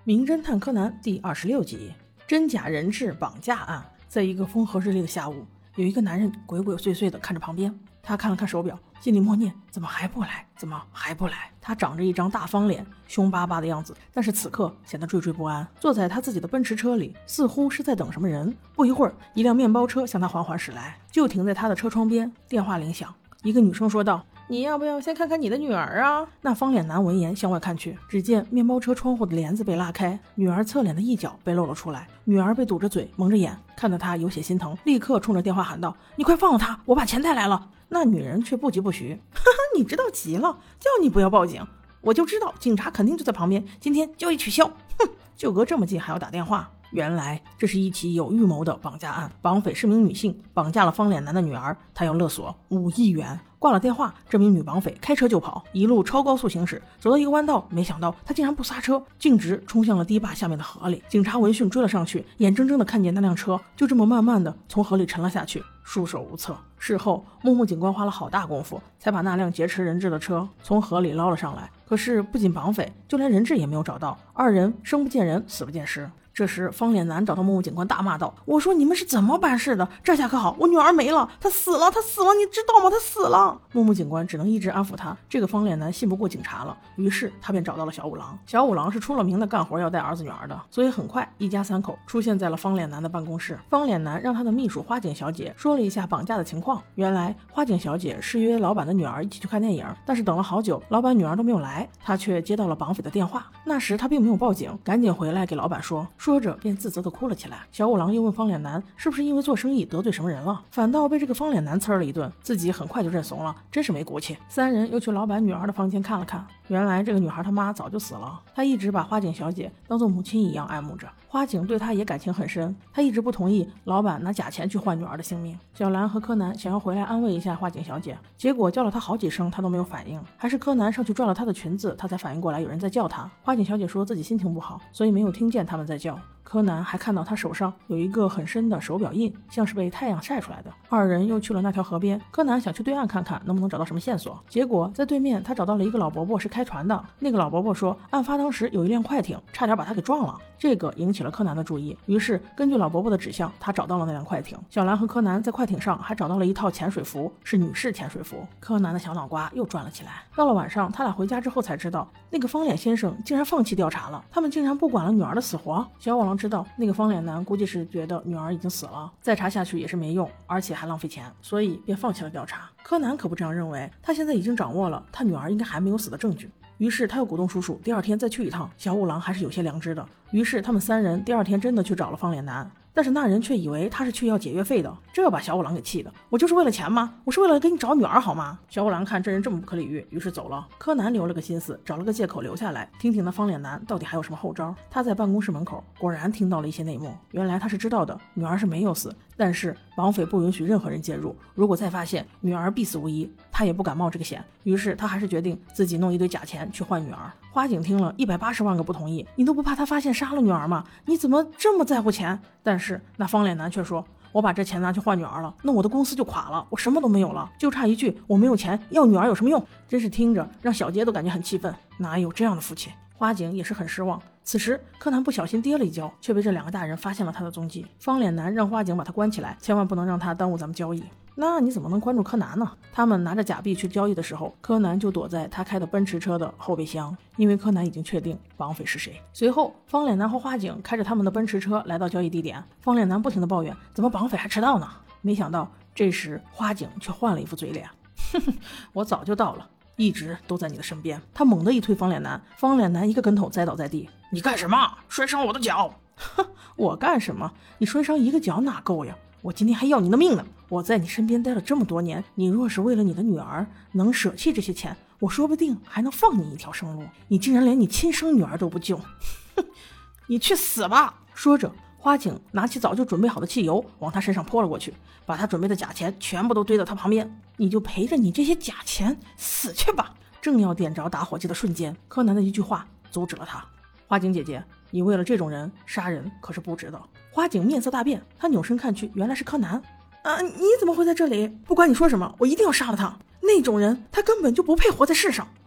名侦探柯南第26集，真假人质绑架案。在一个风和日丽的下午，有一个男人鬼鬼祟祟地看着旁边，他看了看手表，心里默念：怎么还不来？怎么还不来？他长着一张大方脸，凶巴巴的样子，但是此刻显得惴惴不安。坐在他自己的奔驰车里，似乎是在等什么人。不一会儿，一辆面包车向他缓缓驶来，就停在他的车窗边。电话铃响，一个女生说道：你要不要先看看你的女儿啊？那方脸男闻言向外看去，只见面包车窗户的帘子被拉开，女儿侧脸的一角被露了出来。女儿被堵着嘴，蒙着眼，看得他有些心疼，立刻冲着电话喊道：你快放了他，我把钱带来了。那女人却不疾不徐：哈哈，你知道急了，叫你不要报警，我就知道警察肯定就在旁边，今天交易取消。哼，就隔这么近还要打电话。原来这是一起有预谋的绑架案，绑匪是名女性，绑架了方脸男的女儿，她要勒索5亿元。挂了电话，这名女绑匪开车就跑，一路超高速行驶，走到一个弯道，没想到她竟然不刹车，径直冲向了堤坝下面的河里。警察闻讯追了上去，眼睁睁地看见那辆车就这么慢慢地从河里沉了下去，束手无策。事后木木警官花了好大功夫，才把那辆劫持人质的车从河里捞了上来。可是不仅绑匪，就连人质也没有找到，二人生不见人，死不见尸。这时方脸男找到木木警官，大骂道：我说你们是怎么办事的？这下可好，我女儿没了，她死了，她死了，你知道吗？她死了。木木警官只能一直安抚他，这个方脸男信不过警察了，于是他便找到了小五郎。小五郎是出了名的干活要带儿子女儿的，所以很快一家3口出现在了方脸男的办公室。方脸男让他的秘书花井小姐说了一下绑架的情况。原来花井小姐是约老板的女儿一起去看电影，但是等了好久，老板女儿都没有来，她却接到了绑匪的电话。那时她并没有报警，赶紧回来给老板说，说着便自责地哭了起来。小五郎又问方脸男是不是因为做生意得罪什么人了，反倒被这个方脸男呲了一顿，自己很快就认怂了，真是没骨气。3人又去老板女儿的房间看了看，原来这个女孩她妈早就死了，她一直把花井小姐当做母亲一样爱慕着，花井对她也感情很深，她一直不同意老板拿假钱去换女儿的性命。小兰和柯南想要回来安慰一下花井小姐，结果叫了她好几声她都没有反应，还是柯南上去拽了她的裙子，她才反应过来有人在叫她。花井小姐说自己心情不好，所以没有听见他们在叫。柯南还看到他手上有一个很深的手表印，像是被太阳晒出来的。二人又去了那条河边，柯南想去对岸看看能不能找到什么线索，结果在对面他找到了一个老伯伯，是开船的。那个老伯伯说案发当时有一辆快艇差点把他给撞了，这个引起了柯南的注意，于是根据老伯伯的指向，他找到了那辆快艇。小兰和柯南在快艇上还找到了一套潜水服，是女士潜水服。柯南的小脑瓜又转了起来。到了晚上，他俩回家之后才知道，那个方脸先生竟然放弃调查了，他们竟然不管了女儿的死活。小五郎知道那个方脸男估计是觉得女儿已经死了，再查下去也是没用，而且还浪费钱，所以便放弃了调查。柯南可不这样认为，他现在已经掌握了他女儿应该还没有死的证据，于是他又鼓动叔叔第二天再去一趟。小五郎还是有些良知的，于是他们3人第二天真的去找了方脸男，但是那人却以为他是去要解约费的，这把小五郎给气的。我就是为了钱吗？我是为了给你找女儿好吗？小五郎看这人这么不可理喻，于是走了。柯南留了个心思，找了个借口留下来，听听那方脸男到底还有什么后招。他在办公室门口果然听到了一些内幕，原来他是知道的，女儿是没有死，但是绑匪不允许任何人介入，如果再发现女儿必死无疑，他也不敢冒这个险，于是他还是决定自己弄一堆假钱去换女儿。花井听了180万个不同意，你都不怕他发现杀了女儿吗？你怎么这么在乎钱？但是那方脸男却说，我把这钱拿去换女儿了，那我的公司就垮了，我什么都没有了，就差一句我没有钱，要女儿有什么用？真是听着让小杰都感觉很气愤，哪有这样的父亲？花井也是很失望。此时柯南不小心跌了一跤，却被这2个大人发现了他的踪迹。方脸男让花井把他关起来，千万不能让他耽误咱们交易。那你怎么能关注柯南呢？他们拿着假币去交易的时候，柯南就躲在他开的奔驰车的后备箱，因为柯南已经确定绑匪是谁。随后方脸男和花井开着他们的奔驰车来到交易地点，方脸男不停地抱怨怎么绑匪还迟到呢？没想到这时花井却换了一副嘴脸，哼哼，我早就到了，一直都在你的身边。他猛地一推方脸男，方脸男一个跟头栽倒在地。你干什么？摔伤我的脚！哼，我干什么？你摔伤一个脚哪够呀？我今天还要你的命呢！我在你身边待了这么多年，你若是为了你的女儿能舍弃这些钱，我说不定还能放你一条生路。你竟然连你亲生女儿都不救，哼！你去死吧！说着，花井拿起早就准备好的汽油往他身上泼了过去，把他准备的假钱全部都堆到他旁边。你就陪着你这些假钱死去吧！正要点着打火机的瞬间，柯南的一句话阻止了他。花井姐姐，你为了这种人杀人可是不值得。花井面色大变，他扭身看去，原来是柯南。你怎么会在这里？不管你说什么，我一定要杀了他。那种人他根本就不配活在世上。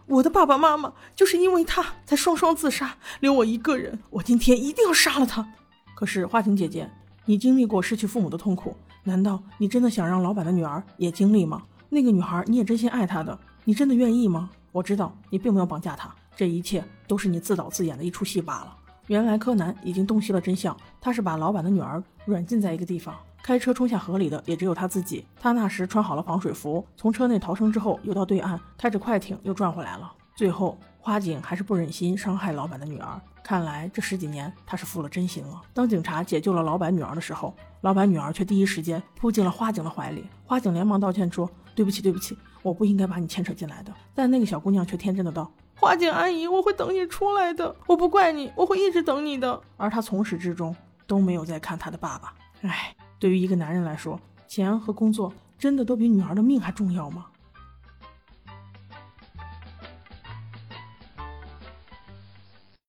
我的爸爸妈妈就是因为他才双双自杀，留我一个人，我今天一定要杀了他。可是花婷姐姐，你经历过失去父母的痛苦，难道你真的想让老板的女儿也经历吗？那个女孩你也真心爱她的，你真的愿意吗？我知道你并没有绑架她，这一切都是你自导自演的一出戏罢了。原来柯南已经洞悉了真相，他是把老板的女儿软禁在一个地方，开车冲下河里的也只有他自己。他那时穿好了防水服，从车内逃生之后，游到对岸，开着快艇又转回来了。最后花井还是不忍心伤害老板的女儿，看来这10几年他是负了真心了。当警察解救了老板女儿的时候，老板女儿却第一时间扑进了花井的怀里。花井连忙道歉说，对不起对不起，我不应该把你牵扯进来的。但那个小姑娘却天真的道，花井阿姨，我会等你出来的，我不怪你，我会一直等你的。而她从始至终都没有再看她的爸爸。对于一个男人来说，钱和工作真的都比女儿的命还重要吗？